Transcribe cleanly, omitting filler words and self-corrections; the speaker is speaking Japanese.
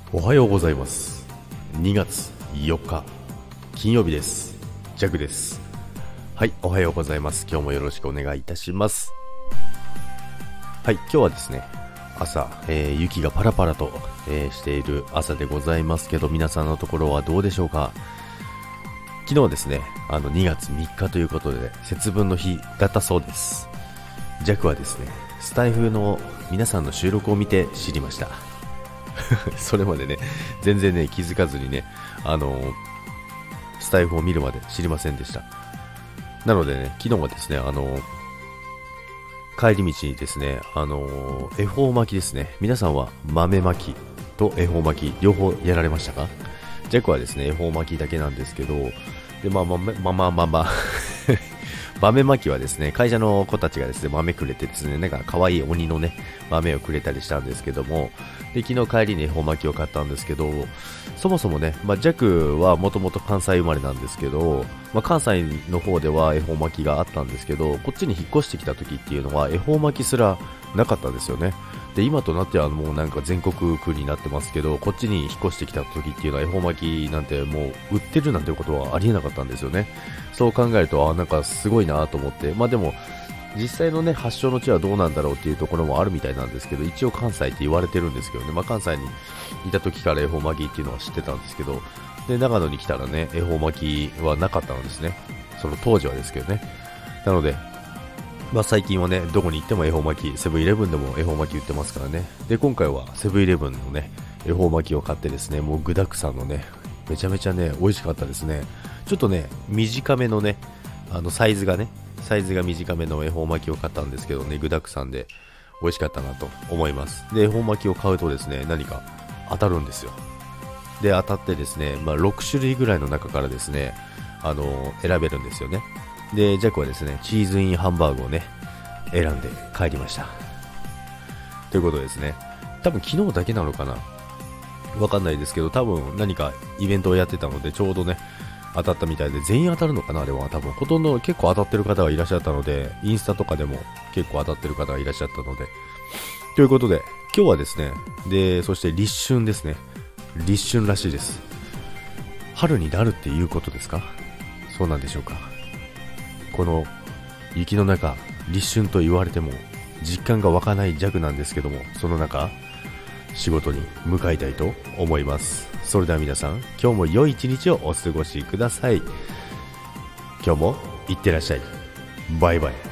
おはようございます。2月4日金曜日です。ジャクです。はい、おはようございます。今日もよろしくお願いいたします。はい、今日はですね、朝、雪がパラパラと、している朝でございますけど、皆さんのところはどうでしょうか。昨日はですね、2月3日ということで節分の日だったそうです。ジャクはですね、スタイフの皆さんの収録を見て知りました。それまでね、全然ね、気づかずにね、スタイフを見るまで知りませんでした。なのでね、昨日はですね、帰り道にですね、恵方巻きですね。皆さんは豆巻きと恵方巻き両方やられましたか？ジャックはですね、恵方巻きだけなんですけど、で、豆巻きはですね、会社の子たちがですね、豆くれてですね、なんか可愛い鬼のね、豆をくれたりしたんですけども、で、昨日帰りに恵方巻きを買ったんですけど、そもそもね、ジャックはもともと関西生まれなんですけど、関西の方では恵方巻きがあったんですけど、こっちに引っ越してきた時っていうのは恵方巻きすらなかったんですよね。で、今となってはもうなんか全国区になってますけど、こっちに引っ越してきた時っていうのは恵方巻きなんてもう売ってるなんてことはありえなかったんですよね。そう考えると、なんかすごいなと思って、でも実際のね、発祥の地はどうなんだろうっていうところもあるみたいなんですけど、一応関西って言われてるんですけどね、関西にいた時から恵方巻きっていうのは知ってたんですけど、で、長野に来たらね、恵方巻きはなかったんですね。その当時はですけどね。なので、最近はね、どこに行っても恵方巻き、セブンイレブンでも恵方巻き売ってますからね。で、今回はセブンイレブンのね、恵方巻きを買ってですね、もう具沢山のね、めちゃめちゃね、美味しかったですね。ちょっとね、短めのね、サイズが短めの恵方巻きを買ったんですけどね、具沢山で美味しかったなと思います。で、恵方巻きを買うとですね、何か当たるんですよ。で、当たってですね、6種類ぐらいの中からですね、選べるんですよね。で、ジャックはですね、チーズインハンバーグをね、選んで帰りました。ということですね。多分昨日だけなのかな、わかんないですけど、多分何かイベントをやってたので、ちょうどね、当たったみたいで、全員当たるのかな、あれは。多分ほとんど結構当たってる方がいらっしゃったので、インスタとかでも結構当たってる方がいらっしゃったので、ということで、今日はですね、で、そして立春ですね。立春らしいです。春になるっていうことですか？そうなんでしょうか。この雪の中、立春と言われても実感が湧かない弱なんですけども、その中仕事に向かいたいと思います。それでは皆さん、今日も良い一日をお過ごしください。今日もいってらっしゃい。バイバイ。